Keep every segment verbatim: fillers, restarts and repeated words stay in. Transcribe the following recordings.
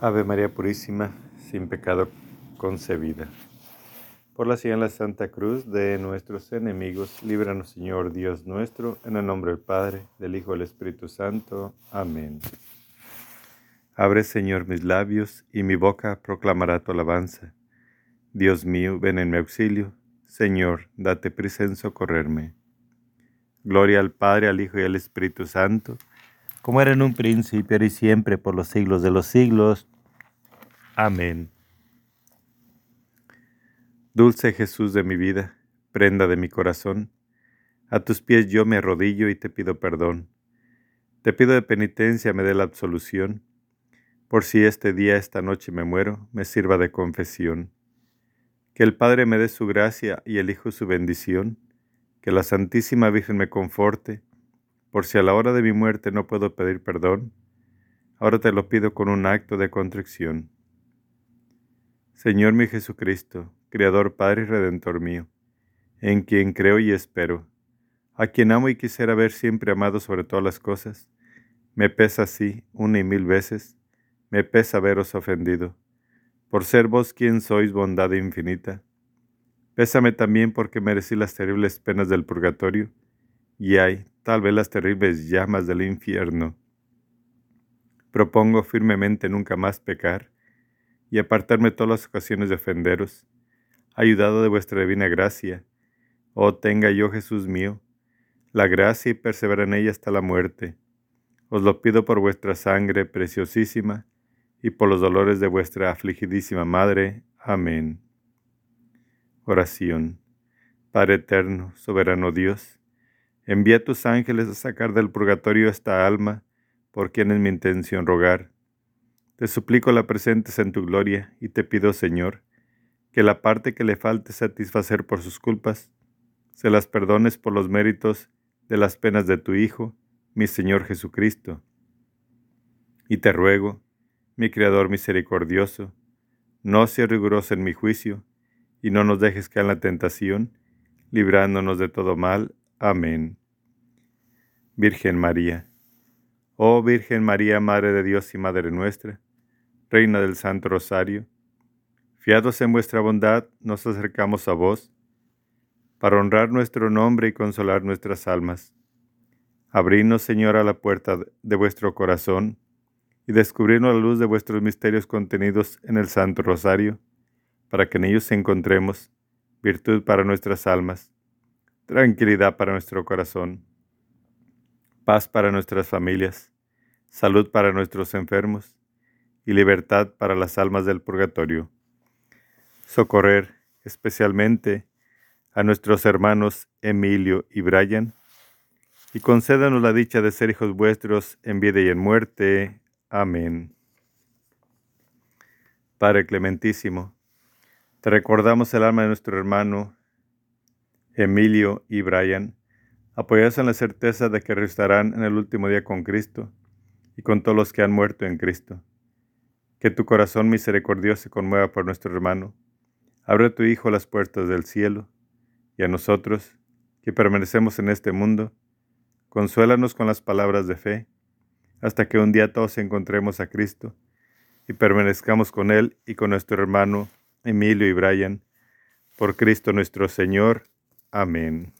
Ave María Purísima, sin pecado concebida. Por la señal de la Santa Cruz de nuestros enemigos, líbranos, Señor Dios nuestro, en el nombre del Padre, del Hijo y del Espíritu Santo. Amén. Abre, Señor, mis labios, y mi boca proclamará tu alabanza. Dios mío, ven en mi auxilio. Señor, date prisa en socorrerme. Gloria al Padre, al Hijo y al Espíritu Santo, como era en un principio, ahora y siempre, por los siglos de los siglos. Amén. Dulce Jesús de mi vida, prenda de mi corazón, a tus pies yo me arrodillo y te pido perdón. Te pido de penitencia me dé la absolución, por si este día, esta noche me muero, me sirva de confesión. Que el Padre me dé su gracia y el Hijo su bendición, que la Santísima Virgen me conforte, por si a la hora de mi muerte no puedo pedir perdón, ahora te lo pido con un acto de contrición. Señor mi Jesucristo, Creador, Padre y Redentor mío, en quien creo y espero, a quien amo y quisiera ver siempre amado sobre todas las cosas, me pesa así, una y mil veces, me pesa veros ofendido, por ser vos quien sois bondad infinita. Pésame también porque merecí las terribles penas del purgatorio, y hay, tal vez, las terribles llamas del infierno. Propongo firmemente nunca más pecar, y apartarme todas las ocasiones de ofenderos, ayudado de vuestra divina gracia. Oh, tenga yo, Jesús mío, la gracia y persevera en ella hasta la muerte. Os lo pido por vuestra sangre preciosísima y por los dolores de vuestra afligidísima Madre. Amén. Oración. Padre eterno, soberano Dios, envía tus ángeles a sacar del purgatorio esta alma, por quien es mi intención rogar. Te suplico la presentes en tu gloria y te pido, Señor, que la parte que le falte satisfacer por sus culpas, se las perdones por los méritos de las penas de tu Hijo, mi Señor Jesucristo. Y te ruego, mi Creador misericordioso, no seas riguroso en mi juicio, y no nos dejes caer en la tentación, librándonos de todo mal. Amén. Virgen María, oh Virgen María, Madre de Dios y Madre nuestra, Reina del Santo Rosario, fiados en vuestra bondad, nos acercamos a vos, para honrar nuestro nombre y consolar nuestras almas. Abridnos, Señor, a la puerta de vuestro corazón, y descubrirnos la luz de vuestros misterios contenidos en el Santo Rosario, para que en ellos encontremos virtud para nuestras almas, tranquilidad para nuestro corazón, paz para nuestras familias, salud para nuestros enfermos, y libertad para las almas del purgatorio. Socorrer especialmente a nuestros hermanos Emilio y Brian, y concédanos la dicha de ser hijos vuestros en vida y en muerte. Amén. Padre clementísimo, te recordamos el alma de nuestro hermano Emilio y Brian, apoyados en la certeza de que resucitarán en el último día con Cristo y con todos los que han muerto en Cristo. Que tu corazón misericordioso se conmueva por nuestro hermano. Abre a tu Hijo las puertas del cielo, y a nosotros, que permanecemos en este mundo, consuélanos con las palabras de fe, hasta que un día todos encontremos a Cristo y permanezcamos con Él y con nuestro hermano Emilio y Brian, por Cristo nuestro Señor. Amén.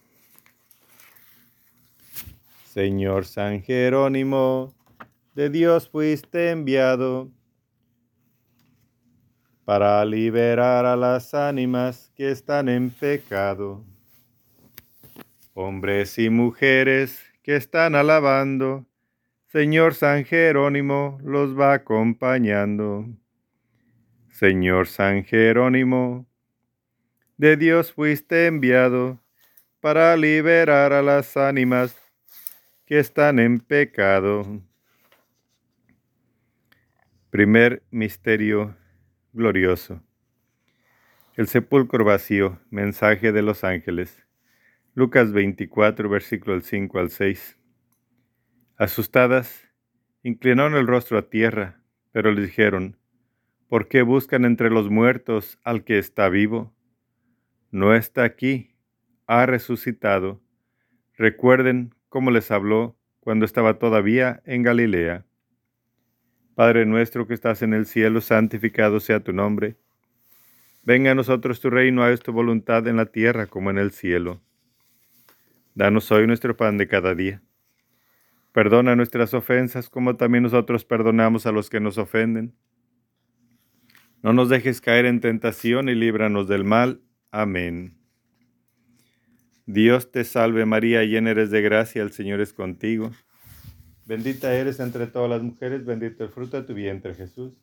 Señor San Jerónimo, de Dios fuiste enviado para liberar a las ánimas que están en pecado. Hombres y mujeres que están alabando, Señor San Jerónimo los va acompañando. Señor San Jerónimo, de Dios fuiste enviado para liberar a las ánimas que están en pecado. Primer misterio glorioso. El sepulcro vacío, mensaje de los ángeles. Lucas veinticuatro, versículo del cinco al seis. Asustadas, inclinaron el rostro a tierra, pero les dijeron: ¿por qué buscan entre los muertos al que está vivo? No está aquí, ha resucitado. Recuerden cómo les habló cuando estaba todavía en Galilea. Padre nuestro que estás en el cielo, santificado sea tu nombre. Venga a nosotros tu reino, haz tu voluntad en la tierra como en el cielo. Danos hoy nuestro pan de cada día. Perdona nuestras ofensas como también nosotros perdonamos a los que nos ofenden. No nos dejes caer en tentación y líbranos del mal. Amén. Dios te salve María, llena eres de gracia, el Señor es contigo. Bendita eres entre todas las mujeres, bendito el fruto de tu vientre, Jesús.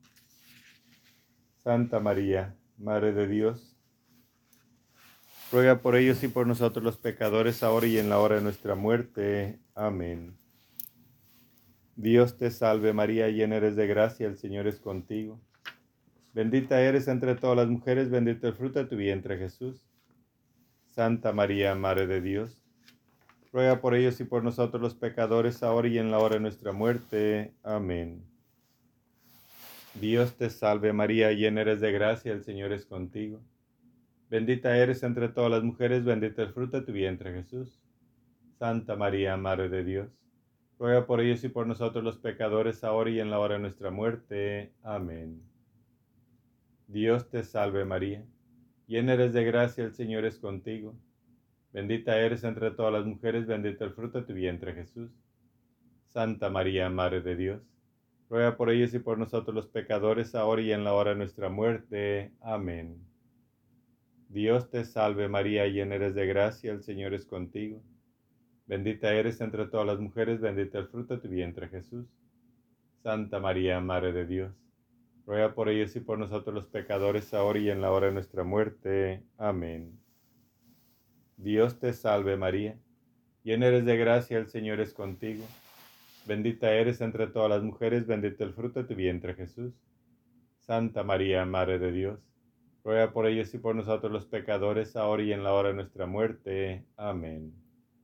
Santa María, Madre de Dios, ruega por ellos y por nosotros los pecadores, ahora y en la hora de nuestra muerte. Amén. Dios te salve María, llena eres de gracia, el Señor es contigo. Bendita eres entre todas las mujeres, bendito el fruto de tu vientre, Jesús. Santa María, Madre de Dios, ruega por ellos y por nosotros los pecadores, ahora y en la hora de nuestra muerte. Amén. Dios te salve María, llena eres de gracia, el Señor es contigo. Bendita eres entre todas las mujeres, bendito el fruto de tu vientre, Jesús. Santa María, Madre de Dios, ruega por ellos y por nosotros los pecadores, ahora y en la hora de nuestra muerte. Amén. Dios te salve María, llena eres de gracia, el Señor es contigo. Bendita eres entre todas las mujeres, bendito el fruto de tu vientre, Jesús. Santa María, Madre de Dios, ruega por ellos y por nosotros los pecadores, ahora y en la hora de nuestra muerte. Amén. Dios te salve María, llena eres de gracia, el Señor es contigo. Bendita eres entre todas las mujeres, bendito el fruto de tu vientre, Jesús. Santa María, Madre de Dios, ruega por ellos y por nosotros los pecadores, ahora y en la hora de nuestra muerte. Amén. Dios te salve María, llena eres de gracia, el Señor es contigo. Bendita eres entre todas las mujeres, bendito el fruto de tu vientre, Jesús. Santa María, Madre de Dios, ruega por ellos y por nosotros los pecadores, ahora y en la hora de nuestra muerte. Amén.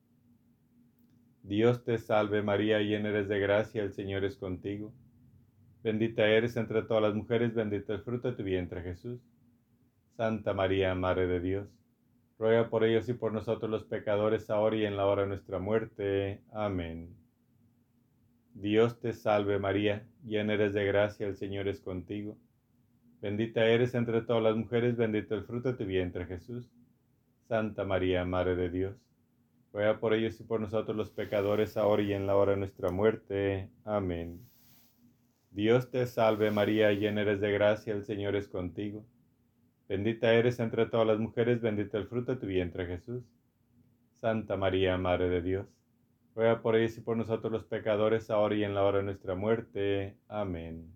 Dios te salve María, llena eres de gracia, el Señor es contigo. Bendita eres entre todas las mujeres, bendito el fruto de tu vientre, Jesús. Santa María, Madre de Dios, ruega por ellos y por nosotros los pecadores, ahora y en la hora de nuestra muerte. Amén. Dios te salve María, llena eres de gracia, el Señor es contigo. Bendita eres entre todas las mujeres, bendito el fruto de tu vientre, Jesús. Santa María, Madre de Dios, ruega por ellos y por nosotros los pecadores, ahora y en la hora de nuestra muerte. Amén. Dios te salve María, llena eres de gracia, el Señor es contigo. Bendita eres entre todas las mujeres, bendito el fruto de tu vientre, Jesús. Santa María, Madre de Dios, ruega por ellos y por nosotros los pecadores, ahora y en la hora de nuestra muerte. Amén.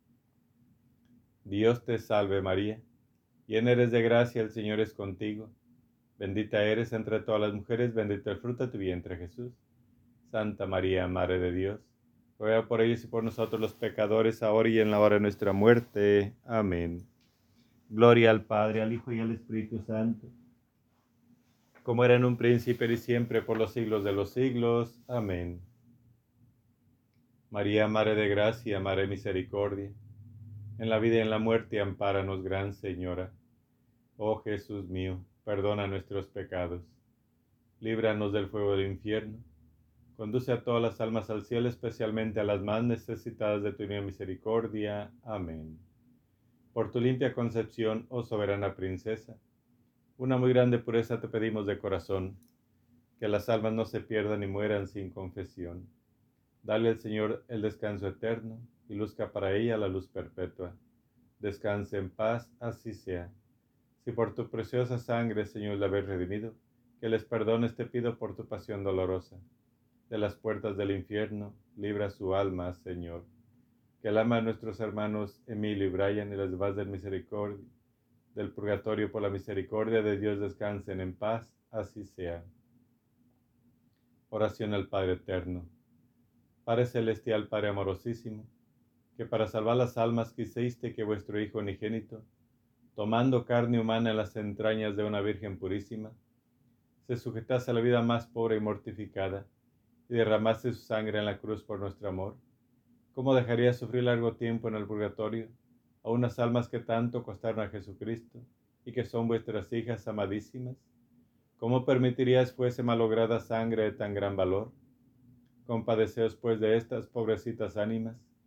Dios te salve María, llena eres de gracia, el Señor es contigo. Bendita eres entre todas las mujeres, bendito el fruto de tu vientre, Jesús. Santa María, Madre de Dios, ruega por ellos y por nosotros los pecadores, ahora y en la hora de nuestra muerte. Amén. Gloria al Padre, al Hijo y al Espíritu Santo, como era en un principio y siempre, por los siglos de los siglos. Amén. María, Madre de Gracia, Madre de Misericordia, en la vida y en la muerte, ampáranos, Gran Señora. Oh Jesús mío, perdona nuestros pecados, líbranos del fuego del infierno, conduce a todas las almas al cielo, especialmente a las más necesitadas de tu misericordia. Amén. Por tu limpia concepción, oh soberana princesa, una muy grande pureza te pedimos de corazón, que las almas no se pierdan ni mueran sin confesión. Dale al Señor el descanso eterno, y luzca para ella la luz perpetua. Descanse en paz, así sea. Si por tu preciosa sangre, Señor, la habéis redimido, que les perdones te pido por tu pasión dolorosa. De las puertas del infierno, libra su alma, Señor. Que el alma de nuestros hermanos Emilio y Brian y las demás del misericordia, del purgatorio por la misericordia de Dios descansen en paz, así sea. Oración al Padre Eterno. Padre Celestial, Padre amorosísimo, que para salvar las almas quisiste que vuestro Hijo unigénito, tomando carne humana en las entrañas de una Virgen purísima, se sujetase a la vida más pobre y mortificada, y derramase su sangre en la cruz por nuestro amor. ¿Cómo dejaría sufrir largo tiempo en el purgatorio a unas almas que tanto costaron a Jesucristo y que son vuestras hijas amadísimas? ¿Cómo permitirías fuese malograda sangre de tan gran valor? Compadeceos pues de estas pobrecitas ánimas,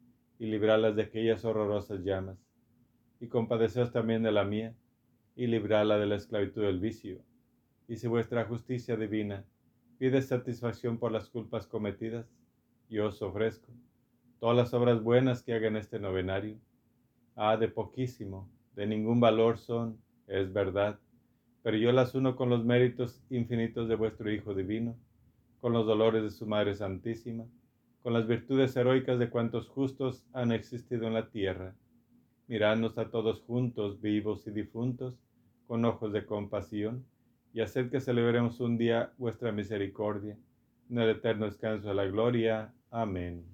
y librarlas de aquellas horrorosas llamas. Y compadeceos también de la mía, y librarla de la esclavitud del vicio. Y si vuestra justicia divina pide satisfacción por las culpas cometidas, yo os ofrezco todas las obras buenas que haga en este novenario. Ah, de poquísimo, de ningún valor son, es verdad, pero yo las uno con los méritos infinitos de vuestro Hijo divino, con los dolores de su Madre Santísima, con las virtudes heroicas de cuantos justos han existido en la tierra. Miradnos a todos juntos, vivos y difuntos, con ojos de compasión, y haced que celebremos un día vuestra misericordia, en el eterno descanso de la gloria. Amén.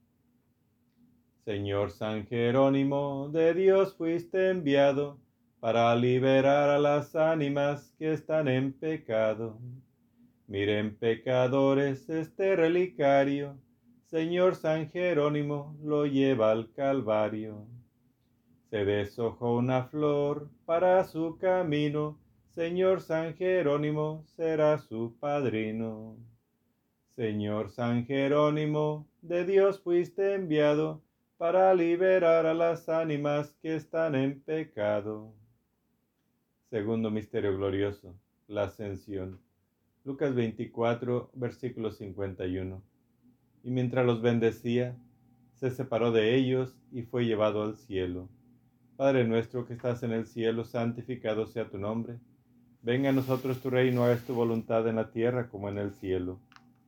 Señor San Jerónimo, de Dios fuiste enviado para liberar a las ánimas que están en pecado. Miren, pecadores, este relicario, Señor San Jerónimo lo lleva al Calvario. Se deshojó una flor para su camino, Señor San Jerónimo será su padrino. Señor San Jerónimo, de Dios fuiste enviado para liberar a las ánimas que están en pecado. Segundo misterio glorioso, la Ascensión. Lucas veinticuatro, versículo cincuenta y uno. Y mientras los bendecía, se separó de ellos y fue llevado al cielo. Padre nuestro que estás en el cielo, santificado sea tu nombre. Venga a nosotros tu reino, hagas tu voluntad en la tierra como en el cielo.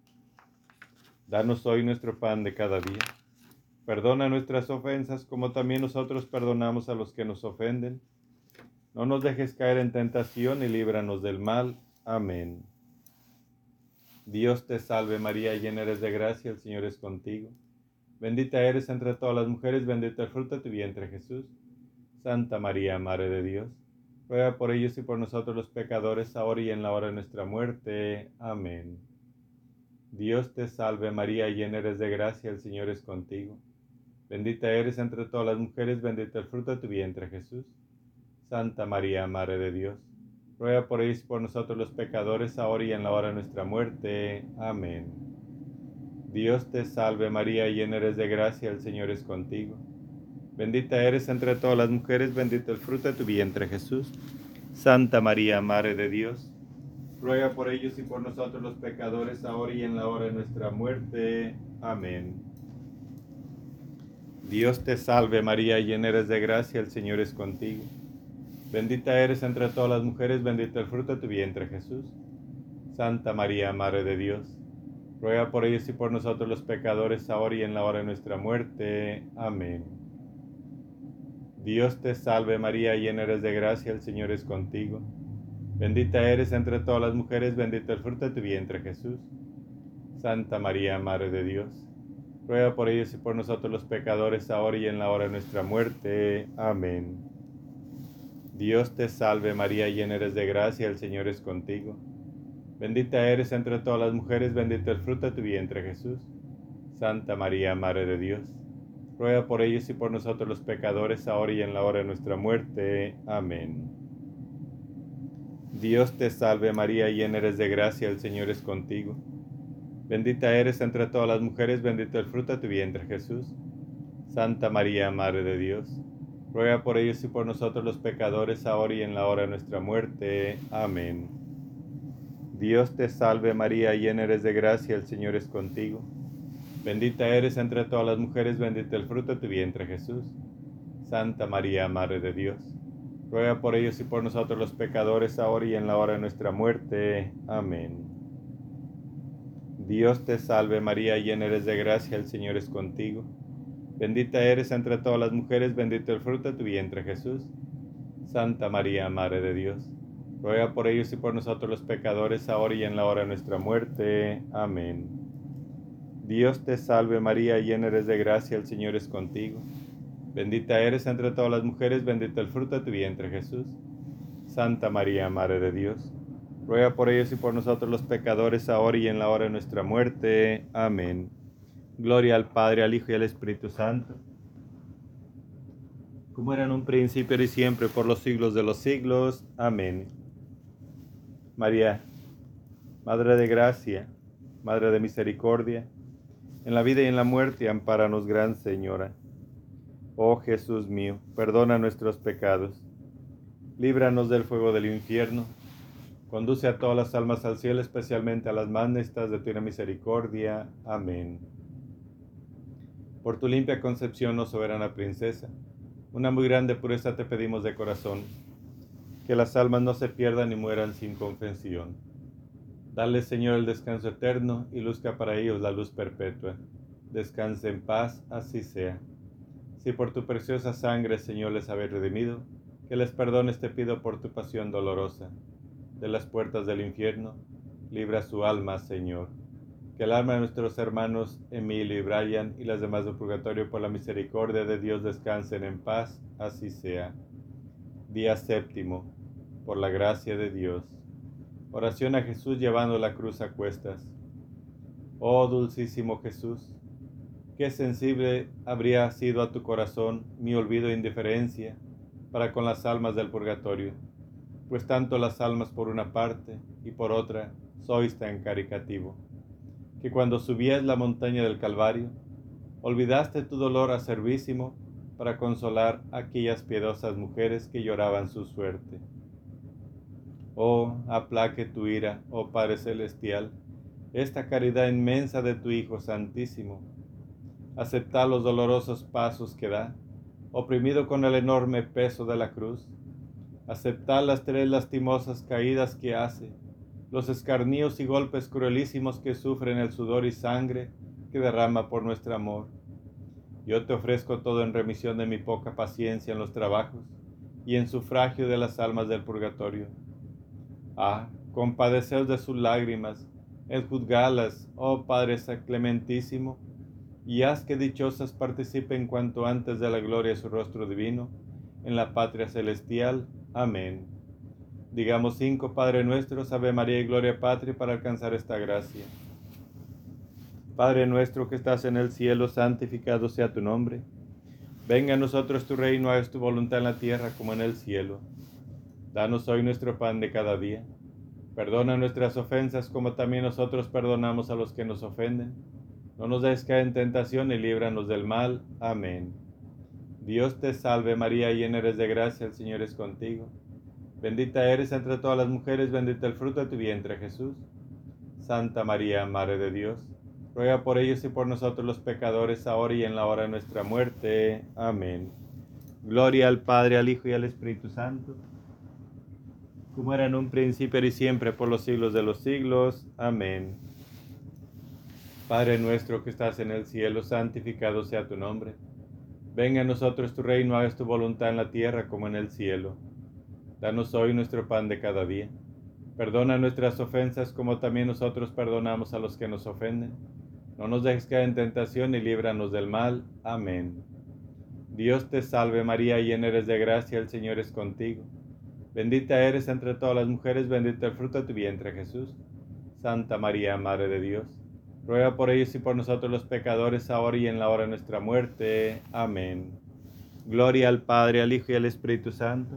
Danos hoy nuestro pan de cada día. Perdona nuestras ofensas como también nosotros perdonamos a los que nos ofenden. No nos dejes caer en tentación y líbranos del mal. Amén. Dios te salve María, llena eres de gracia, el Señor es contigo. Bendita eres entre todas las mujeres, bendito el fruto de tu vientre Jesús. Santa María, Madre de Dios, ruega por ellos y por nosotros los pecadores, ahora y en la hora de nuestra muerte. Amén. Dios te salve María, llena eres de gracia, el Señor es contigo. Bendita eres entre todas las mujeres, bendito el fruto de tu vientre Jesús. Santa María, Madre de Dios, ruega por ellos y por nosotros los pecadores, ahora y en la hora de nuestra muerte. Amén. Dios te salve María, llena eres de gracia, el Señor es contigo. Bendita eres entre todas las mujeres, bendito el fruto de tu vientre Jesús. Santa María, Madre de Dios, ruega por ellos y por nosotros los pecadores, ahora y en la hora de nuestra muerte. Amén. Dios te salve María, llena eres de gracia, el Señor es contigo. Bendita eres entre todas las mujeres, bendito el fruto de tu vientre Jesús. Santa María, Madre de Dios, ruega por ellos y por nosotros los pecadores, ahora y en la hora de nuestra muerte. Amén. Dios te salve María, llena eres de gracia, el Señor es contigo. Bendita eres entre todas las mujeres, bendito el fruto de tu vientre Jesús. Santa María, Madre de Dios, ruega por ellos y por nosotros los pecadores, ahora y en la hora de nuestra muerte. Amén. Dios te salve María, llena eres de gracia, el Señor es contigo. Bendita eres entre todas las mujeres, bendito el fruto de tu vientre Jesús. Santa María, Madre de Dios, ruega por ellos y por nosotros los pecadores, ahora y en la hora de nuestra muerte. Amén. Dios te salve María, llena eres de gracia, el Señor es contigo. Bendita eres entre todas las mujeres, bendito el fruto de tu vientre Jesús. Santa María, Madre de Dios, ruega por ellos y por nosotros los pecadores, ahora y en la hora de nuestra muerte. Amén. Dios te salve María, llena eres de gracia, el Señor es contigo. Bendita eres entre todas las mujeres, bendito el fruto de tu vientre Jesús. Santa María, Madre de Dios, ruega por ellos y por nosotros los pecadores, ahora y en la hora de nuestra muerte. Amén. Dios te salve María, llena eres de gracia, el Señor es contigo. Bendita eres entre todas las mujeres, bendito el fruto de tu vientre Jesús. Santa María, Madre de Dios, ruega por ellos y por nosotros los pecadores, ahora y en la hora de nuestra muerte. Amén. Dios te salve María, llena eres de gracia, el Señor es contigo. Bendita eres entre todas las mujeres, bendito el fruto de tu vientre Jesús. Santa María, Madre de Dios, ruega por ellos y por nosotros los pecadores, ahora y en la hora de nuestra muerte. Amén. Gloria al Padre, al Hijo y al Espíritu Santo, como era en un principio, ahora y siempre, por los siglos de los siglos. Amén. María, Madre de gracia, Madre de misericordia, en la vida y en la muerte, ampáranos, Gran Señora. Oh Jesús mío, perdona nuestros pecados, líbranos del fuego del infierno, conduce a todas las almas al cielo, especialmente a las más necesitadas de tu misericordia. Amén. Por tu limpia concepción, oh soberana princesa, una muy grande pureza te pedimos de corazón, que las almas no se pierdan ni mueran sin confesión. Dale, Señor, el descanso eterno y luzca para ellos la luz perpetua. Descanse en paz, así sea. Si por tu preciosa sangre, Señor, les habéis redimido, que les perdones te pido por tu pasión dolorosa. De las puertas del infierno, libra su alma, Señor. Que el alma de nuestros hermanos Emilio y Brian y las demás del purgatorio, por la misericordia de Dios, descansen en paz, así sea. Día séptimo, por la gracia de Dios. Oración a Jesús llevando la cruz a cuestas. Oh dulcísimo Jesús, qué sensible habría sido a tu corazón mi olvido e indiferencia para con las almas del purgatorio, pues tanto las almas por una parte y por otra sois tan caricativo, que cuando subías la montaña del Calvario, olvidaste tu dolor acerbísimo para consolar a aquellas piadosas mujeres que lloraban su suerte. Oh, aplaque tu ira, oh Padre Celestial, esta caridad inmensa de tu Hijo Santísimo. Aceptad los dolorosos pasos que da, oprimido con el enorme peso de la cruz. Aceptad las tres lastimosas caídas que hace, los escarníos y golpes cruelísimos que sufre en el sudor y sangre que derrama por nuestro amor. Yo te ofrezco todo en remisión de mi poca paciencia en los trabajos y en sufragio de las almas del purgatorio. Ah, compadeceos de sus lágrimas, enjuzgalas, oh Padre Clementísimo, y haz que dichosas participen cuanto antes de la gloria de su rostro divino, en la patria celestial. Amén. Digamos cinco Padre Nuestros, Ave María y Gloria Patri para alcanzar esta gracia. Padre nuestro que estás en el cielo, santificado sea tu nombre. Venga a nosotros tu reino, hagas tu voluntad en la tierra como en el cielo. Danos hoy nuestro pan de cada día. Perdona nuestras ofensas como también nosotros perdonamos a los que nos ofenden. No nos dejes caer en tentación y líbranos del mal. Amén. Dios te salve María, llena eres de gracia, el Señor es contigo. Bendita eres entre todas las mujeres, bendito el fruto de tu vientre, Jesús. Santa María, Madre de Dios, ruega por ellos y por nosotros los pecadores, ahora y en la hora de nuestra muerte. Amén. Gloria al Padre, al Hijo y al Espíritu Santo, como era en un principio y siempre, por los siglos de los siglos. Amén. Padre nuestro que estás en el cielo, santificado sea tu nombre. Venga a nosotros tu reino, hagas tu voluntad en la tierra como en el cielo. Danos hoy nuestro pan de cada día. Perdona nuestras ofensas como también nosotros perdonamos a los que nos ofenden. No nos dejes caer en tentación y líbranos del mal. Amén. Dios te salve María, llena eres de gracia, el Señor es contigo. Bendita eres entre todas las mujeres, bendito el fruto de tu vientre, Jesús. Santa María, Madre de Dios, ruega por ellos y por nosotros los pecadores, ahora y en la hora de nuestra muerte. Amén. Gloria al Padre, al Hijo y al Espíritu Santo,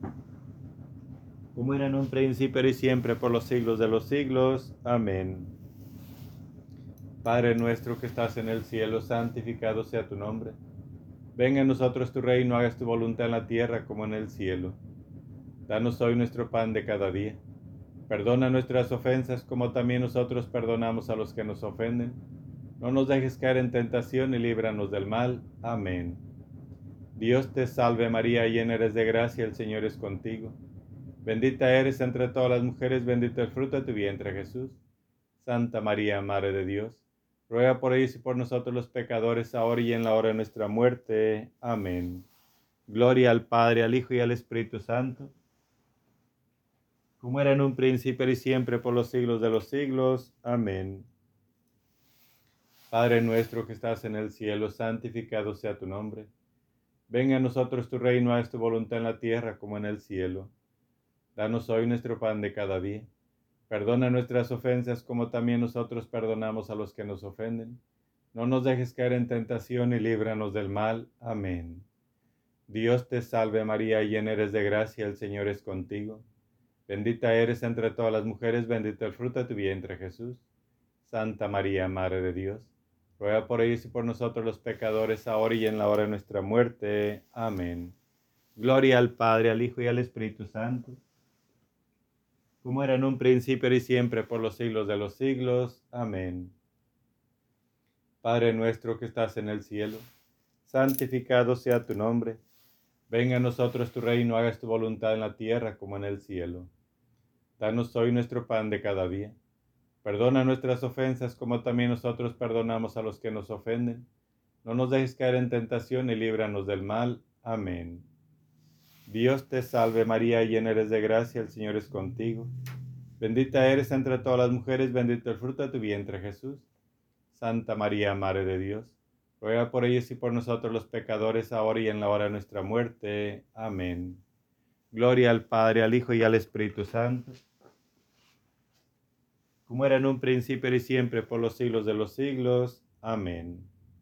como era en un principio y siempre, por los siglos de los siglos. Amén. Padre nuestro que estás en el cielo, santificado sea tu nombre. Venga a nosotros tu reino, hagas tu voluntad en la tierra como en el cielo. Danos hoy nuestro pan de cada día. Perdona nuestras ofensas como también nosotros perdonamos a los que nos ofenden. No nos dejes caer en tentación y líbranos del mal. Amén. Dios te salve María, llena eres de gracia, el Señor es contigo. Bendita eres entre todas las mujeres, bendito el fruto de tu vientre, Jesús. Santa María, Madre de Dios, ruega por ellos y por nosotros los pecadores, ahora y en la hora de nuestra muerte. Amén. Gloria al Padre, al Hijo y al Espíritu Santo, como era en un principio y siempre, por los siglos de los siglos. Amén. Padre nuestro que estás en el cielo, santificado sea tu nombre. Venga a nosotros tu reino, haz tu voluntad en la tierra como en el cielo. Danos hoy nuestro pan de cada día. Perdona nuestras ofensas como también nosotros perdonamos a los que nos ofenden. No nos dejes caer en tentación y líbranos del mal. Amén. Dios te salve María, llena eres de gracia, el Señor es contigo. Bendita eres entre todas las mujeres, bendito el fruto de tu vientre, Jesús. Santa María, Madre de Dios, ruega por ellos y por nosotros los pecadores, ahora y en la hora de nuestra muerte. Amén. Gloria al Padre, al Hijo y al Espíritu Santo, como era en un principio y siempre, por los siglos de los siglos. Amén. Padre nuestro que estás en el cielo, santificado sea tu nombre. Venga a nosotros tu reino, hagas tu voluntad en la tierra como en el cielo. Danos hoy nuestro pan de cada día. Perdona nuestras ofensas como también nosotros perdonamos a los que nos ofenden. No nos dejes caer en tentación y líbranos del mal. Amén. Dios te salve María, llena eres de gracia, el Señor es contigo. Bendita eres entre todas las mujeres, bendito el fruto de tu vientre Jesús. Santa María, Madre de Dios, ruega por ellos y por nosotros los pecadores, ahora y en la hora de nuestra muerte. Amén. Gloria al Padre, al Hijo y al Espíritu Santo, como era en un principio y siempre, por los siglos de los siglos. Amén.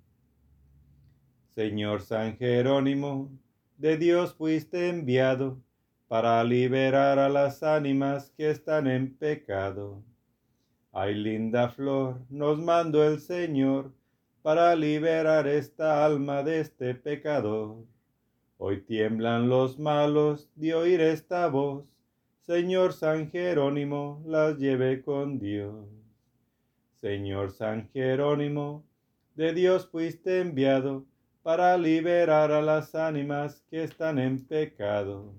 Señor San Jerónimo, de Dios fuiste enviado para liberar a las ánimas que están en pecado. Ay, linda flor, nos mandó el Señor para liberar esta alma de este pecador. Hoy tiemblan los malos de oír esta voz. Señor San Jerónimo, las lleve con Dios. Señor San Jerónimo, de Dios fuiste enviado para liberar a las ánimas que están en pecado.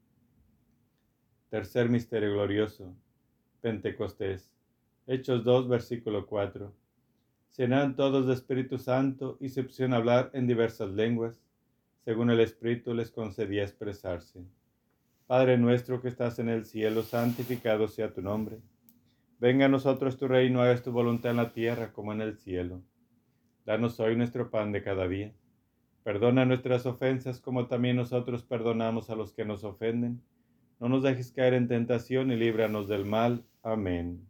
Tercer misterio glorioso, Pentecostés. Hechos dos, versículo cuatro. Se llenaron todos de Espíritu Santo y se pusieron a hablar en diversas lenguas, según el Espíritu les concedía expresarse. Padre nuestro que estás en el cielo, santificado sea tu nombre. Venga a nosotros tu reino, hagas tu voluntad en la tierra como en el cielo. Danos hoy nuestro pan de cada día. Perdona nuestras ofensas como también nosotros perdonamos a los que nos ofenden. No nos dejes caer en tentación y líbranos del mal. Amén.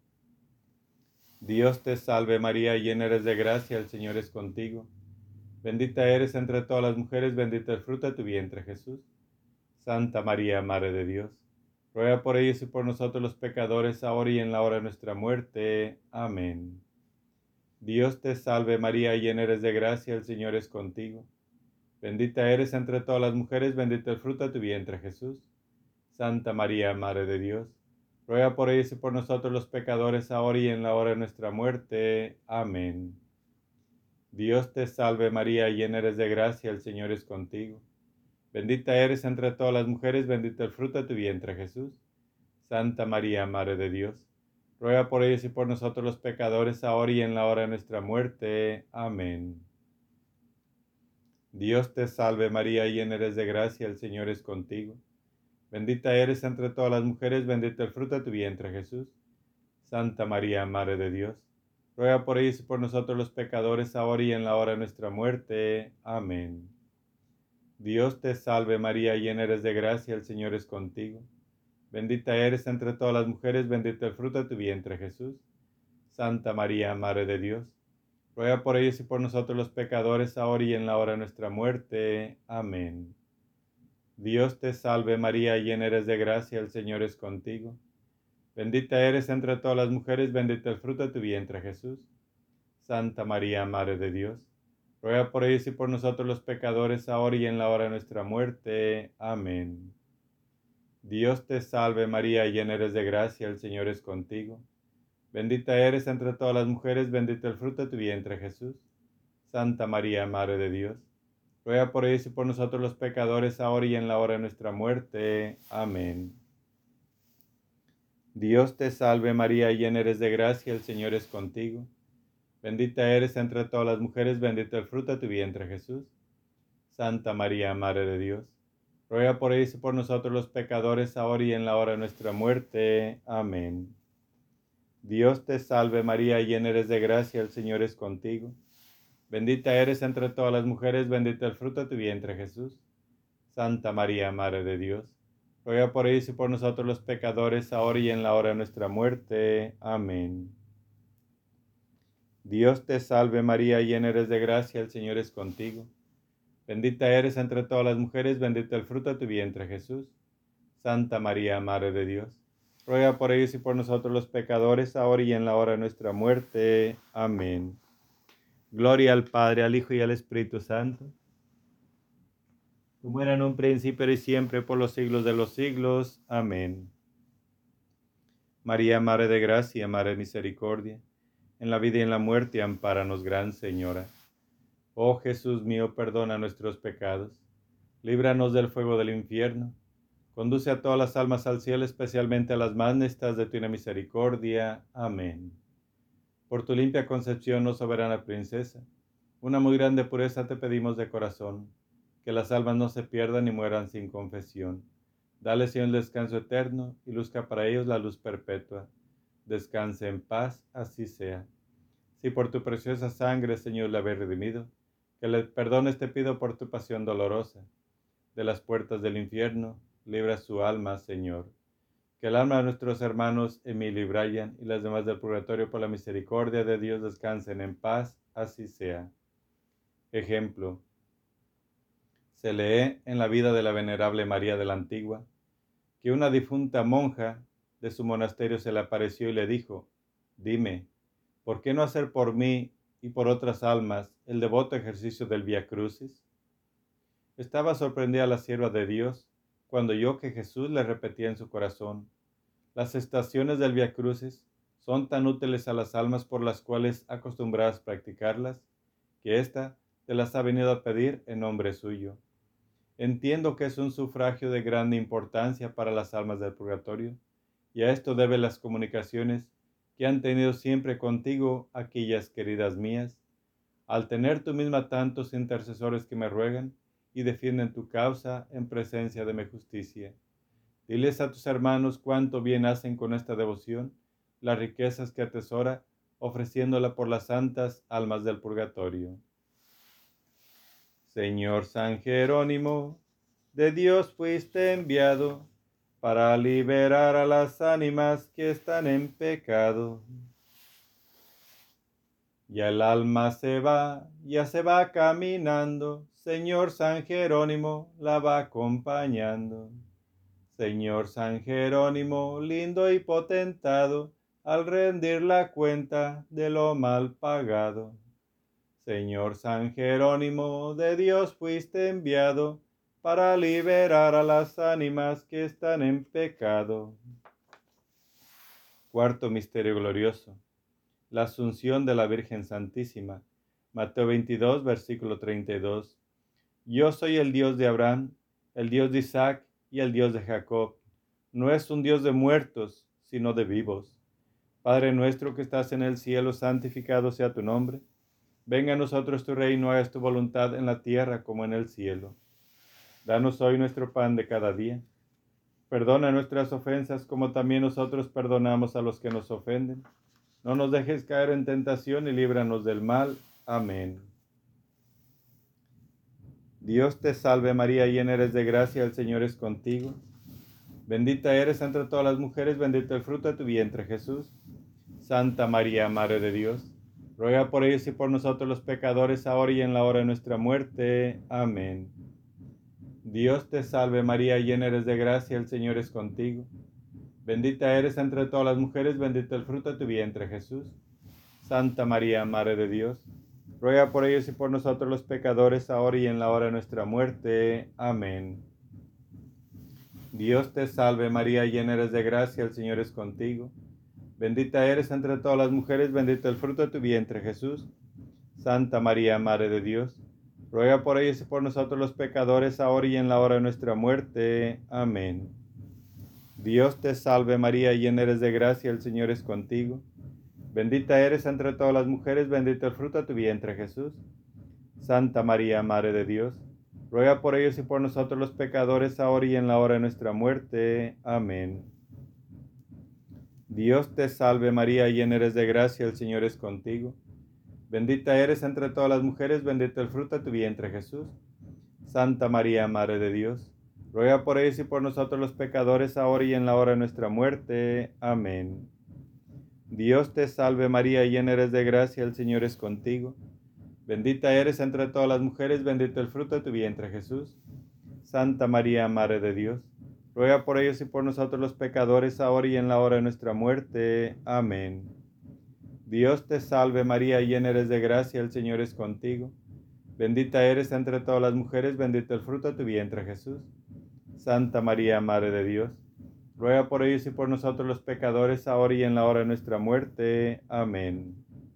Dios te salve María, llena eres de gracia, el Señor es contigo. Bendita eres entre todas las mujeres, bendito el fruto de tu vientre Jesús. Santa María, Madre de Dios, ruega por ellos y por nosotros los pecadores, ahora y en la hora de nuestra muerte. Amén. Dios te salve María, llena eres de gracia, el Señor es contigo. Bendita eres entre todas las mujeres, bendito el fruto de tu vientre Jesús. Santa María, Madre de Dios, ruega por ellos y por nosotros los pecadores, ahora y en la hora de nuestra muerte. Amén. Dios te salve María, llena eres de gracia, el Señor es contigo. Bendita eres entre todas las mujeres, bendito el fruto de tu vientre Jesús. Santa María, Madre de Dios, ruega por ellos y por nosotros los pecadores, ahora y en la hora de nuestra muerte. Amén. Dios te salve María, llena eres de gracia, el Señor es contigo. Bendita eres entre todas las mujeres, bendito el fruto de tu vientre Jesús. Santa María, Madre de Dios, ruega por ellos y por nosotros los pecadores, ahora y en la hora de nuestra muerte. Amén. Dios te salve María, llena eres de gracia, el Señor es contigo. Bendita eres entre todas las mujeres, bendito el fruto de tu vientre Jesús. Santa María, Madre de Dios, ruega por ellos y por nosotros los pecadores, ahora y en la hora de nuestra muerte. Amén. Dios te salve María, llena eres de gracia, el Señor es contigo. Bendita eres entre todas las mujeres, bendito el fruto de tu vientre Jesús. Santa María, Madre de Dios, ruega por ellos y por nosotros los pecadores, ahora y en la hora de nuestra muerte. Amén. Dios te salve María, llena eres de gracia, el Señor es contigo. Bendita eres entre todas las mujeres, bendito el fruto de tu vientre Jesús. Santa María, Madre de Dios, ruega por ellos y por nosotros los pecadores, ahora y en la hora de nuestra muerte. Amén. Dios te salve María, llena eres de gracia, el Señor es contigo. Bendita eres entre todas las mujeres, bendito el fruto de tu vientre Jesús. Santa María, Madre de Dios, ruega por ellos y por nosotros los pecadores, ahora y en la hora de nuestra muerte. Amén. Dios te salve María, llena eres de gracia, el Señor es contigo. Bendita eres entre todas las mujeres, bendito el fruto de tu vientre Jesús. Santa María, Madre de Dios, ruega por ellos y por nosotros los pecadores, ahora y en la hora de nuestra muerte. Amén. Dios te salve María, llena eres de gracia, el Señor es contigo. Bendita eres entre todas las mujeres, bendito el fruto de tu vientre Jesús. Santa María, Madre de Dios, ruega por ellos y por nosotros los pecadores, ahora y en la hora de nuestra muerte. Amén. Gloria al Padre, al Hijo y al Espíritu Santo, como era en un principio y siempre, por los siglos de los siglos. Amén. María, Madre de Gracia, Madre de Misericordia, en la vida y en la muerte, ampáranos, Gran Señora. Oh Jesús mío, perdona nuestros pecados, líbranos del fuego del infierno, conduce a todas las almas al cielo, especialmente a las más necesitadas de tu misericordia. Amén. Por tu limpia concepción, oh soberana princesa, una muy grande pureza te pedimos de corazón, que las almas no se pierdan ni mueran sin confesión. Dale, Señor, el descanso eterno y luzca para ellos la luz perpetua. Descanse en paz, así sea. Si por tu preciosa sangre, Señor, le habéis redimido, que le perdones te pido por tu pasión dolorosa. De las puertas del infierno, libra su alma, Señor. Que el alma de nuestros hermanos Emilio y Brian y las demás del purgatorio, por la misericordia de Dios, descansen en paz, así sea. Ejemplo. Se lee en la vida de la venerable María de la Antigua, que una difunta monja de su monasterio se le apareció y le dijo: dime, ¿por qué no hacer por mí y por otras almas el devoto ejercicio del Vía Crucis? Estaba sorprendida la sierva de Dios cuando oyó que Jesús le repetía en su corazón: las estaciones del Vía Crucis son tan útiles a las almas por las cuales acostumbradas practicarlas, que ésta te las ha venido a pedir en nombre suyo. Entiendo que es un sufragio de grande importancia para las almas del purgatorio, y a esto debe las comunicaciones que han tenido siempre contigo aquellas queridas mías, al tener tú misma tantos intercesores que me ruegan y defienden tu causa en presencia de mi justicia. Diles a tus hermanos cuánto bien hacen con esta devoción, las riquezas que atesora, ofreciéndola por las santas almas del purgatorio. Señor San Jerónimo, de Dios fuiste enviado para liberar a las ánimas que están en pecado. Ya el alma se va, ya se va caminando, Señor San Jerónimo la va acompañando. Señor San Jerónimo, lindo y potentado, al rendir la cuenta de lo mal pagado. Señor San Jerónimo, de Dios fuiste enviado para liberar a las ánimas que están en pecado. Cuarto misterio glorioso: la Asunción de la Virgen Santísima. Mateo veintidós, versículo treinta y dos. Yo soy el Dios de Abraham, el Dios de Isaac y el Dios de Jacob. No es un Dios de muertos, sino de vivos. Padre nuestro que estás en el cielo, santificado sea tu nombre. Venga a nosotros tu reino, hagas tu voluntad en la tierra como en el cielo. Danos hoy nuestro pan de cada día. Perdona nuestras ofensas como también nosotros perdonamos a los que nos ofenden. No nos dejes caer en tentación y líbranos del mal. Amén. Dios te salve María, llena eres de gracia, el Señor es contigo. Bendita eres entre todas las mujeres, bendito el fruto de tu vientre, Jesús. Santa María, Madre de Dios, ruega por ellos y por nosotros los pecadores, ahora y en la hora de nuestra muerte. Amén. Dios te salve María, llena eres de gracia, el Señor es contigo. Bendita eres entre todas las mujeres, bendito el fruto de tu vientre, Jesús. Santa María, Madre de Dios, ruega por ellos y por nosotros los pecadores, ahora y en la hora de nuestra muerte. Amén. Dios te salve María, llena eres de gracia, el Señor es contigo. Bendita eres entre todas las mujeres, bendito el fruto de tu vientre, Jesús. Santa María, Madre de Dios, ruega por ellos y por nosotros los pecadores, ahora y en la hora de nuestra muerte. Amén. Dios te salve María, llena eres de gracia, el Señor es contigo. Bendita eres entre todas las mujeres, bendito el fruto de tu vientre, Jesús. Santa María, Madre de Dios, ruega por ellos y por nosotros los pecadores, ahora y en la hora de nuestra muerte. Amén. Dios te salve María, llena eres de gracia, el Señor es contigo. Bendita eres entre todas las mujeres, bendito el fruto de tu vientre, Jesús. Santa María, Madre de Dios, ruega por ellos y por nosotros los pecadores, ahora y en la hora de nuestra muerte. Amén. Dios te salve María, llena eres de gracia, el Señor es contigo. Bendita eres entre todas las mujeres, bendito el fruto de tu vientre, Jesús. Santa María, Madre de Dios, ruega por ellos y por nosotros los pecadores, ahora y en la hora de nuestra muerte. Amén. Dios te salve María, llena eres de gracia, el Señor es contigo. Bendita eres entre todas las mujeres, bendito el fruto de tu vientre Jesús. Santa María, Madre de Dios, ruega por ellos y por nosotros los pecadores, ahora y en la hora de nuestra muerte. Amén.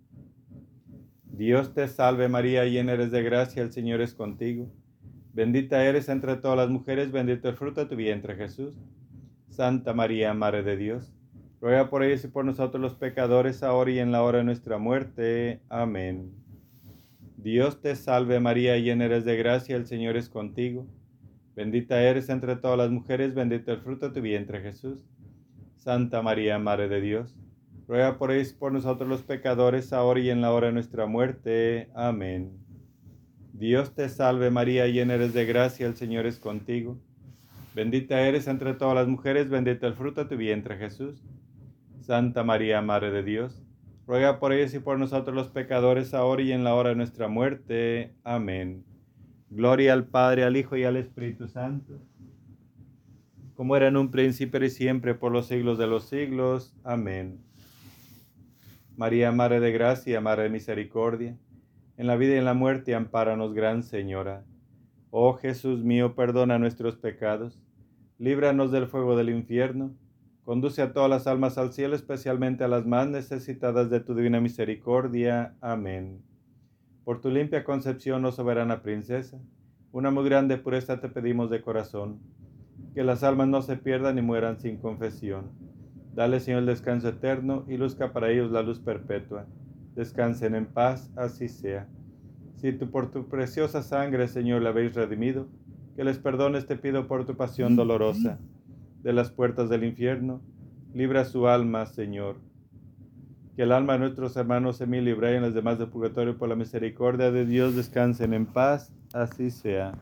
Dios te salve María, llena eres de gracia, el Señor es contigo. Bendita eres entre todas las mujeres, bendito el fruto de tu vientre Jesús. Santa María, Madre de Dios, ruega por ellos y por nosotros los pecadores, ahora y en la hora de nuestra muerte. Amén. Dios te salve María, llena eres de gracia, el Señor es contigo. Bendita eres entre todas las mujeres, bendito el fruto de tu vientre Jesús. Santa María, Madre de Dios, ruega por ellos y por nosotros los pecadores, ahora y en la hora de nuestra muerte. Amén. Dios te salve María, llena eres de gracia, el Señor es contigo. Bendita eres entre todas las mujeres, bendito el fruto de tu vientre Jesús. Santa María, Madre de Dios, ruega por ellos y por nosotros los pecadores, ahora y en la hora de nuestra muerte. Amén. Gloria al Padre, al Hijo y al Espíritu Santo, como era en un principio y siempre, por los siglos de los siglos. Amén. María, Madre de Gracia, Madre de Misericordia, en la vida y en la muerte, ampáranos, Gran Señora. Oh Jesús mío, perdona nuestros pecados, líbranos del fuego del infierno, conduce a todas las almas al cielo, especialmente a las más necesitadas de tu divina misericordia. Amén. Por tu limpia concepción, oh soberana princesa, una muy grande pureza te pedimos de corazón, que las almas no se pierdan ni mueran sin confesión. Dale, Señor, el descanso eterno y luzca para ellos la luz perpetua. Descansen en paz, así sea. Si tú por tu preciosa sangre, Señor, la habéis redimido, que les perdones te pido por tu pasión dolorosa. De las puertas del infierno, libra su alma, Señor. Que el alma de nuestros hermanos Emilio y Brian, los demás del purgatorio, por la misericordia de Dios, descansen en paz, así sea.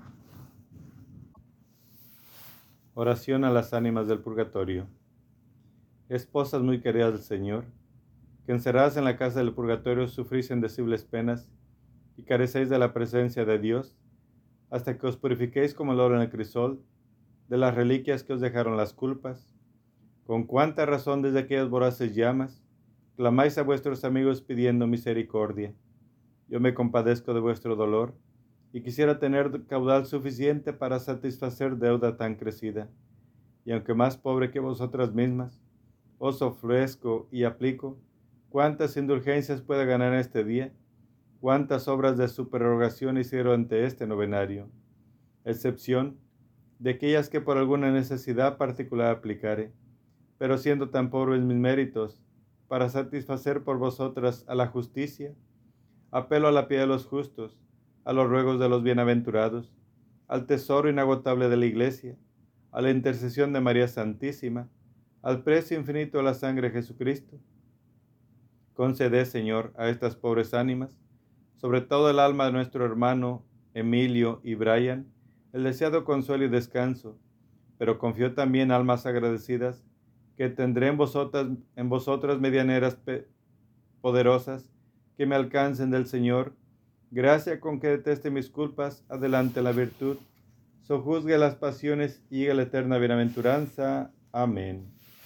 Oración a las ánimas del purgatorio. Esposas muy queridas del Señor, que encerradas en la casa del purgatorio sufrís indecibles penas y carecéis de la presencia de Dios, hasta que os purifiquéis como el oro en el crisol, de las reliquias que os dejaron las culpas. Con cuánta razón desde aquellas voraces llamas, clamáis a vuestros amigos pidiendo misericordia. Yo me compadezco de vuestro dolor, y quisiera tener caudal suficiente para satisfacer deuda tan crecida. Y aunque más pobre que vosotras mismas, os ofrezco y aplico cuántas indulgencias pueda ganar este día, cuántas obras de su prerrogación hicieron ante este novenario, excepción de aquellas que por alguna necesidad particular aplicare, pero siendo tan pobres mis méritos, para satisfacer por vosotras a la justicia, apelo a la piedad de los justos, a los ruegos de los bienaventurados, al tesoro inagotable de la Iglesia, a la intercesión de María Santísima, al precio infinito de la sangre de Jesucristo. Conceded, Señor, a estas pobres ánimas, sobre todo el alma de nuestro hermano Emilio y Brian, el deseado consuelo y descanso, pero confío también almas agradecidas que tendré en vosotras, en vosotras medianeras poderosas que me alcancen del Señor, gracia con que deteste mis culpas, adelante la virtud, sojuzgue las pasiones y llegue la eterna bienaventuranza. Amén.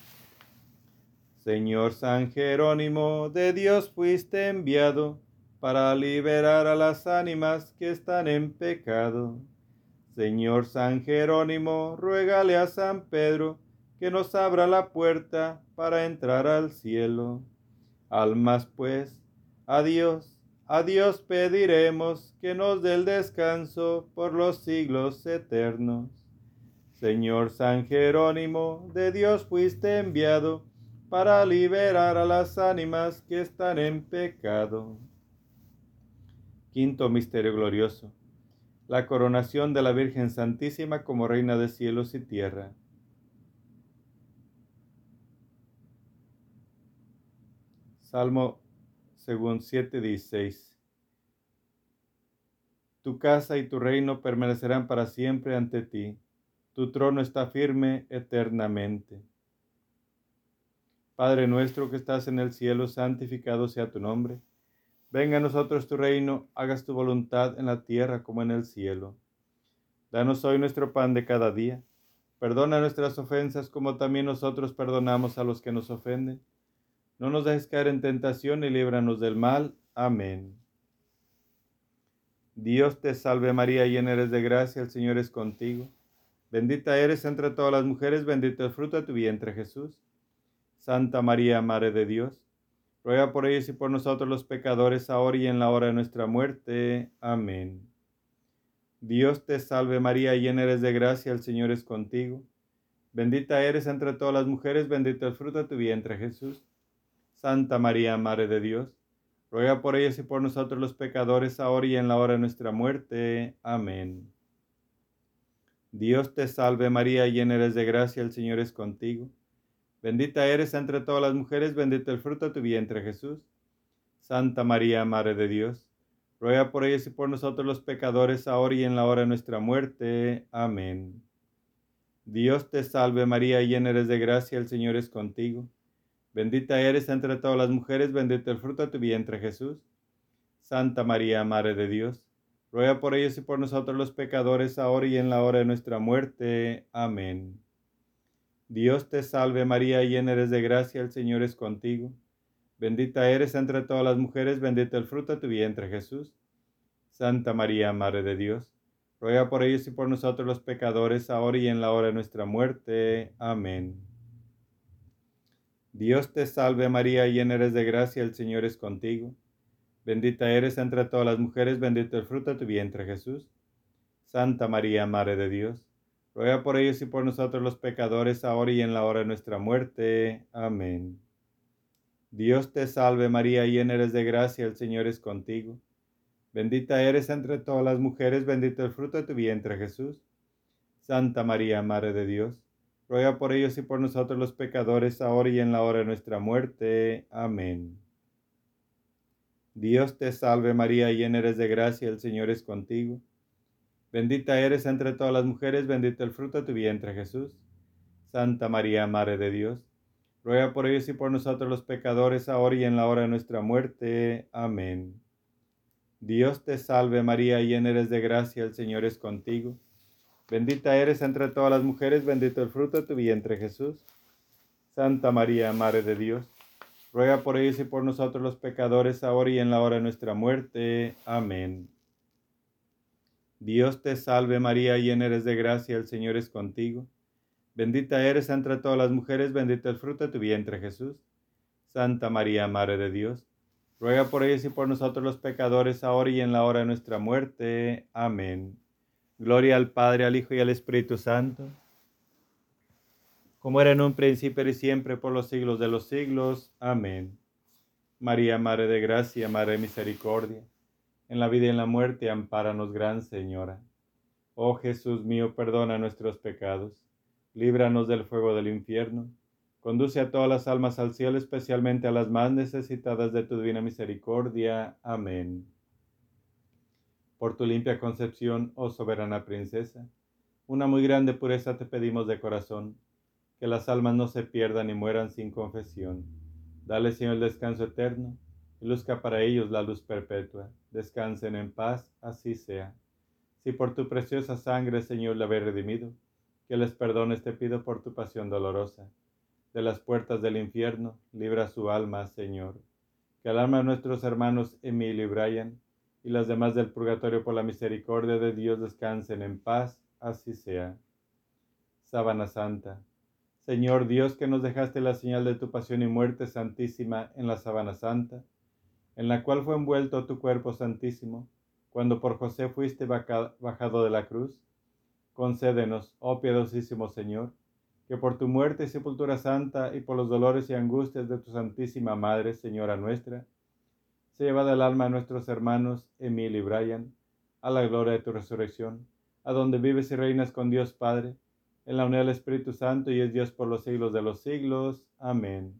Señor San Jerónimo, de Dios fuiste enviado para liberar a las ánimas que están en pecado. Señor San Jerónimo, ruégale a San Pedro que nos abra la puerta para entrar al cielo. Almas pues, a Dios, a Dios pediremos que nos dé el descanso por los siglos eternos. Señor San Jerónimo, de Dios fuiste enviado para liberar a las ánimas que están en pecado. Quinto misterio glorioso: la coronación de la Virgen Santísima como Reina de cielos y tierra. Salmo según siete dieciséis. Tu casa y tu reino permanecerán para siempre ante ti. Tu trono está firme eternamente. Padre nuestro que estás en el cielo, santificado sea tu nombre. Venga a nosotros tu reino, hagas tu voluntad en la tierra como en el cielo. Danos hoy nuestro pan de cada día. Perdona nuestras ofensas como también nosotros perdonamos a los que nos ofenden. No nos dejes caer en tentación y líbranos del mal. Amén. Dios te salve María, llena eres de gracia, el Señor es contigo. Bendita eres entre todas las mujeres, bendito el fruto de tu vientre Jesús. Santa María, Madre de Dios, ruega por ellos y por nosotros los pecadores, ahora y en la hora de nuestra muerte. Amén. Dios te salve María, llena eres de gracia, el Señor es contigo. Bendita eres entre todas las mujeres, bendito el fruto de tu vientre Jesús. Santa María, Madre de Dios, ruega por ellos y por nosotros los pecadores, ahora y en la hora de nuestra muerte. Amén. Dios te salve María, llena eres de gracia, el Señor es contigo. Bendita eres entre todas las mujeres, bendito el fruto de tu vientre Jesús. Santa María, Madre de Dios, ruega por ellos y por nosotros los pecadores, ahora y en la hora de nuestra muerte. Amén. Dios te salve María, llena eres de gracia, el Señor es contigo. Bendita eres entre todas las mujeres, bendito el fruto de tu vientre Jesús. Santa María, Madre de Dios, ruega por ellos y por nosotros los pecadores, ahora y en la hora de nuestra muerte. Amén. Dios te salve María, llena eres de gracia, el Señor es contigo. Bendita eres entre todas las mujeres, bendito el fruto de tu vientre Jesús. Santa María, Madre de Dios, ruega por ellos y por nosotros los pecadores, ahora y en la hora de nuestra muerte. Amén. Dios te salve María, llena eres de gracia, el Señor es contigo. Bendita eres entre todas las mujeres, bendito el fruto de tu vientre Jesús. Santa María, Madre de Dios, ruega por ellos y por nosotros los pecadores, ahora y en la hora de nuestra muerte. Amén. Dios te salve María, llena eres de gracia, el Señor es contigo. Bendita eres entre todas las mujeres, bendito el fruto de tu vientre Jesús. Santa María, Madre de Dios, ruega por ellos y por nosotros los pecadores, ahora y en la hora de nuestra muerte. Amén. Dios te salve María, llena eres de gracia, el Señor es contigo. Bendita eres entre todas las mujeres, bendito el fruto de tu vientre Jesús. Santa María, Madre de Dios, ruega por ellos y por nosotros los pecadores, ahora y en la hora de nuestra muerte. Amén. Dios te salve María, llena eres de gracia, el Señor es contigo. Bendita eres entre todas las mujeres, bendito el fruto de tu vientre Jesús. Santa María, Madre de Dios, ruega por ellos y por nosotros los pecadores, ahora y en la hora de nuestra muerte. Amén. Dios te salve María, llena eres de gracia, el Señor es contigo. Bendita eres entre todas las mujeres, bendito el fruto de tu vientre Jesús. Santa María, Madre de Dios, ruega por ellos y por nosotros los pecadores, ahora y en la hora de nuestra muerte. Amén. Gloria al Padre, al Hijo y al Espíritu Santo, como era en un principio y siempre, por los siglos de los siglos. Amén. María, Madre de Gracia, Madre de Misericordia, en la vida y en la muerte, ampáranos, Gran Señora. Oh Jesús mío, perdona nuestros pecados, líbranos del fuego del infierno, conduce a todas las almas al cielo, especialmente a las más necesitadas de tu divina misericordia. Amén. Por tu limpia concepción, oh soberana princesa, una muy grande pureza te pedimos de corazón, que las almas no se pierdan y mueran sin confesión. Dale, Señor, el descanso eterno, y luzca para ellos la luz perpetua. Descansen en paz, así sea. Si por tu preciosa sangre, Señor, la habéis redimido, que les perdones te pido por tu pasión dolorosa. De las puertas del infierno, libra su alma, Señor. Que el alma de nuestros hermanos Emilio y Brian, y las demás del purgatorio, por la misericordia de Dios, descansen en paz, así sea. Sábana Santa. Señor Dios, que nos dejaste la señal de tu pasión y muerte santísima en la sábana santa, en la cual fue envuelto tu cuerpo santísimo, cuando por José fuiste bajado de la cruz, concédenos, oh piadosísimo Señor, que por tu muerte y sepultura santa y por los dolores y angustias de tu Santísima Madre, Señora nuestra, se llevada el alma de nuestros hermanos Emil y Brian a la gloria de tu resurrección, a donde vives y reinas con Dios Padre, en la unidad del Espíritu Santo, y es Dios por los siglos de los siglos. Amén.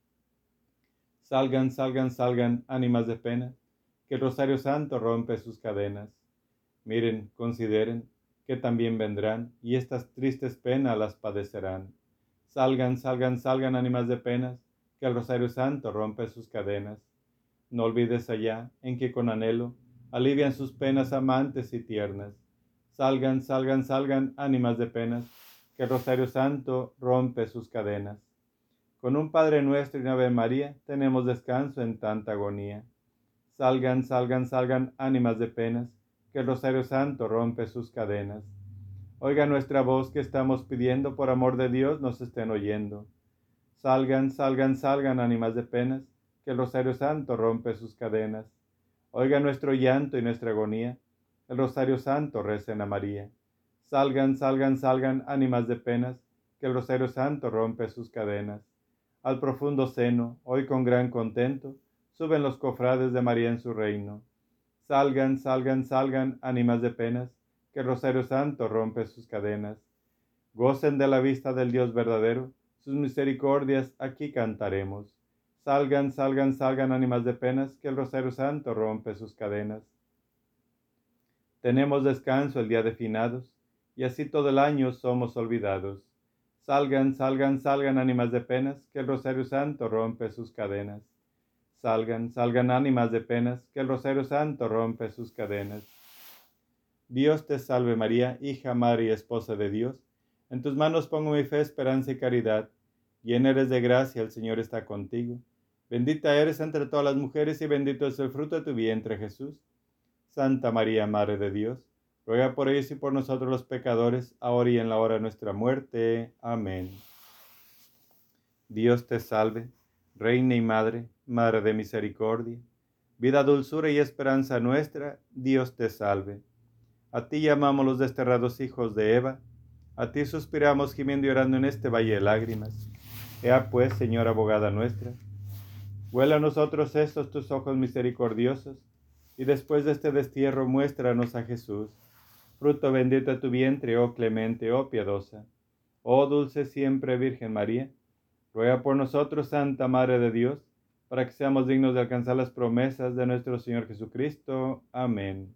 Salgan, salgan, salgan, ánimas de pena, que el Rosario Santo rompe sus cadenas. Miren, consideren, que también vendrán, y estas tristes penas las padecerán. Salgan, salgan, salgan, ánimas de penas, que el Rosario Santo rompe sus cadenas. No olvides allá, en que con anhelo alivian sus penas amantes y tiernas. Salgan, salgan, salgan, ánimas de penas, que el Rosario Santo rompe sus cadenas. Con un Padre Nuestro y una Ave María, tenemos descanso en tanta agonía. Salgan, salgan, salgan, ánimas de penas, que el Rosario Santo rompe sus cadenas. Oiga nuestra voz que estamos pidiendo, por amor de Dios nos estén oyendo. Salgan, salgan, salgan, ánimas de penas, que el Rosario Santo rompe sus cadenas. Oiga nuestro llanto y nuestra agonía, el Rosario Santo recen a María. Salgan, salgan, salgan, ánimas de penas, que el Rosario Santo rompe sus cadenas. Al profundo seno, hoy con gran contento, suben los cofrades de María en su reino. Salgan, salgan, salgan, ánimas de penas, que el Rosario Santo rompe sus cadenas. Gocen de la vista del Dios verdadero, sus misericordias aquí cantaremos. Salgan, salgan, salgan, ánimas de penas, que el Rosario Santo rompe sus cadenas. Tenemos descanso el día de finados, y así todo el año somos olvidados. Salgan, salgan, salgan, ánimas de penas, que el Rosario Santo rompe sus cadenas. Salgan, salgan, ánimas de penas, que el Rosario Santo rompe sus cadenas. Dios te salve María, hija, madre y esposa de Dios. En tus manos pongo mi fe, esperanza y caridad. Llena eres de gracia, el Señor está contigo. Bendita eres entre todas las mujeres y bendito es el fruto de tu vientre, Jesús. Santa María, Madre de Dios, ruega por ellos y por nosotros los pecadores, ahora y en la hora de nuestra muerte. Amén. Dios te salve, Reina y Madre, Madre de misericordia, vida, dulzura y esperanza nuestra, Dios te salve. A ti llamamos los desterrados hijos de Eva, a ti suspiramos gimiendo y llorando en este valle de lágrimas. Ea pues, Señora abogada nuestra, vuela a nosotros estos tus ojos misericordiosos, y después de este destierro muéstranos a Jesús, fruto bendito de tu vientre, oh clemente, oh piadosa. Oh dulce siempre Virgen María, ruega por nosotros, Santa Madre de Dios, para que seamos dignos de alcanzar las promesas de nuestro Señor Jesucristo. Amén.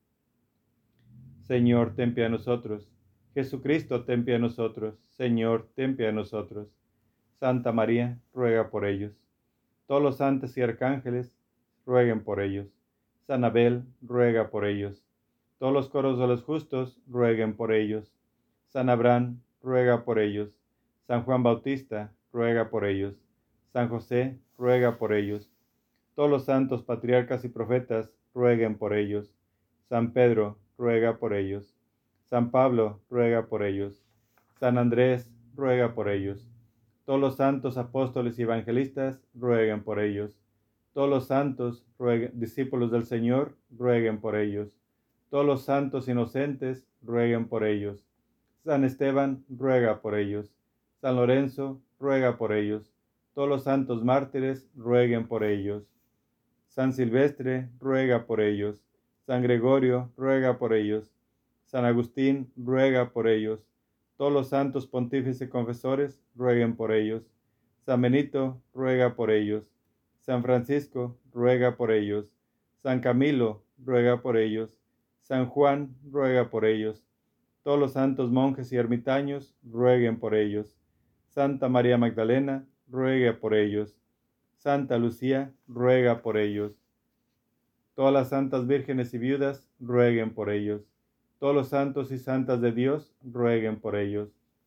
Señor, ten piedad de nosotros. Jesucristo, ten piedad de nosotros. Señor, ten piedad de nosotros. Santa María, ruega por ellos. Todos los santos y arcángeles, rueguen por ellos. San Abel, ruega por ellos. Todos los coros de los justos, rueguen por ellos. San Abraham, ruega por ellos. San Juan Bautista, ruega por ellos. San José, ruega por ellos. Todos los santos patriarcas y profetas, rueguen por ellos. San Pedro, ruega por ellos. San Pablo, ruega por ellos. San Andrés, ruega por ellos. Todos los santos apóstoles y evangelistas, rueguen por ellos. Todos los santos, rueguen, discípulos del Señor, rueguen por ellos. Todos los santos inocentes, rueguen por ellos. San Esteban, ruega por ellos. San Lorenzo, ruega por ellos. Todos los santos mártires, rueguen por ellos. San Silvestre, ruega por ellos. San Gregorio, ruega por ellos. San Agustín, ruega por ellos. Todos los santos pontífices y confesores, rueguen por ellos. San Benito, ruega por ellos. San Francisco, ruega por ellos. San Camilo, ruega por ellos. San Juan, ruega por ellos. Todos los santos monjes y ermitaños, rueguen por ellos. Santa María Magdalena, ruega por ellos. Santa Lucía, ruega por ellos. Todas las santas vírgenes y viudas, rueguen por ellos. Todos los santos y santas de Dios, rueguen por ellos.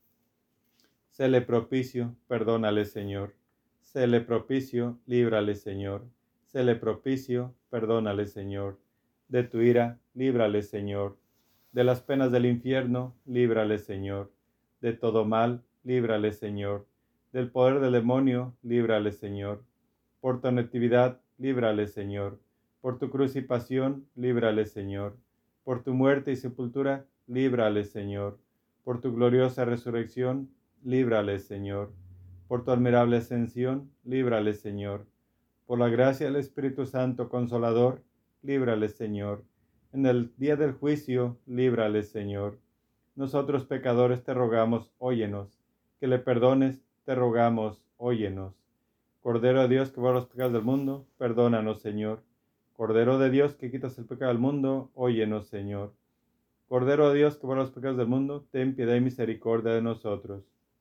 Séle propicio, perdónale, Señor. Séle propicio, líbrale, Señor. Séle propicio, perdónale, Señor. De tu ira, líbrale, Señor. De las penas del infierno, líbrale, Señor. De todo mal, líbrale, Señor. Del poder del demonio, líbrale, Señor. Por tu natividad, líbrale, Señor. Por tu cruz y pasión, líbrale, Señor. Por tu muerte y sepultura, líbrale, Señor. Por tu gloriosa resurrección, líbrale, Señor. Por tu admirable ascensión, líbrale, Señor. Por la gracia del Espíritu Santo Consolador, líbrale, Señor. En el día del juicio, líbrale, Señor. Nosotros pecadores te rogamos, óyenos. Que le perdones, te rogamos, óyenos. Cordero de Dios que borra los pecados del mundo, perdónanos, Señor. Cordero de Dios que quitas el pecado del mundo, óyenos, Señor. Cordero de Dios que borra los pecados del mundo, ten piedad y misericordia de nosotros.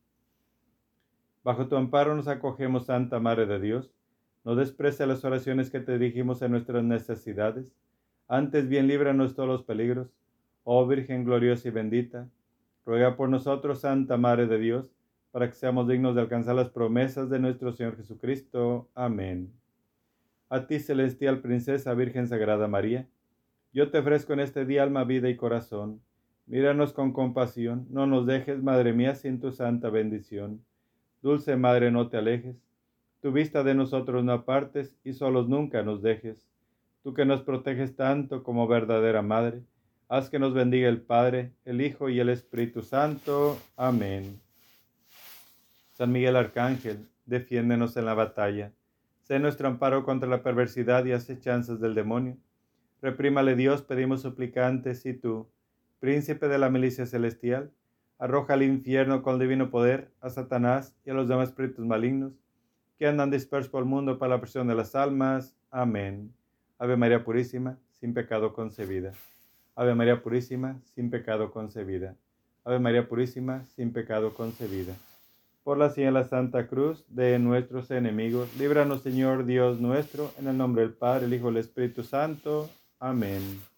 Bajo tu amparo nos acogemos, Santa Madre de Dios. No desprecia las oraciones que te dirigimos en nuestras necesidades. Antes bien líbranos de todos los peligros. Oh Virgen gloriosa y bendita, ruega por nosotros, Santa Madre de Dios, para que seamos dignos de alcanzar las promesas de nuestro Señor Jesucristo. Amén. A ti, celestial princesa, Virgen Sagrada María, yo te ofrezco en este día alma, vida y corazón. Míranos con compasión, no nos dejes, Madre mía, sin tu santa bendición. Dulce Madre, no te alejes, tu vista de nosotros no apartes, y solos nunca nos dejes. Tú que nos proteges tanto como verdadera Madre, haz que nos bendiga el Padre, el Hijo y el Espíritu Santo. Amén. San Miguel Arcángel, defiéndenos en la batalla. Sé nuestro amparo contra la perversidad y acechanzas del demonio. Reprímale Dios, pedimos suplicantes, y tú, príncipe de la milicia celestial, arroja al infierno con el divino poder a Satanás y a los demás espíritus malignos que andan dispersos por el mundo para la presión de las almas. Amén. Ave María Purísima, sin pecado concebida. Ave María Purísima, sin pecado concebida. Ave María Purísima, sin pecado concebida. Por la señal de la Santa Cruz de nuestros enemigos, líbranos, Señor Dios nuestro, en el nombre del Padre, el Hijo y el Espíritu Santo. Amén.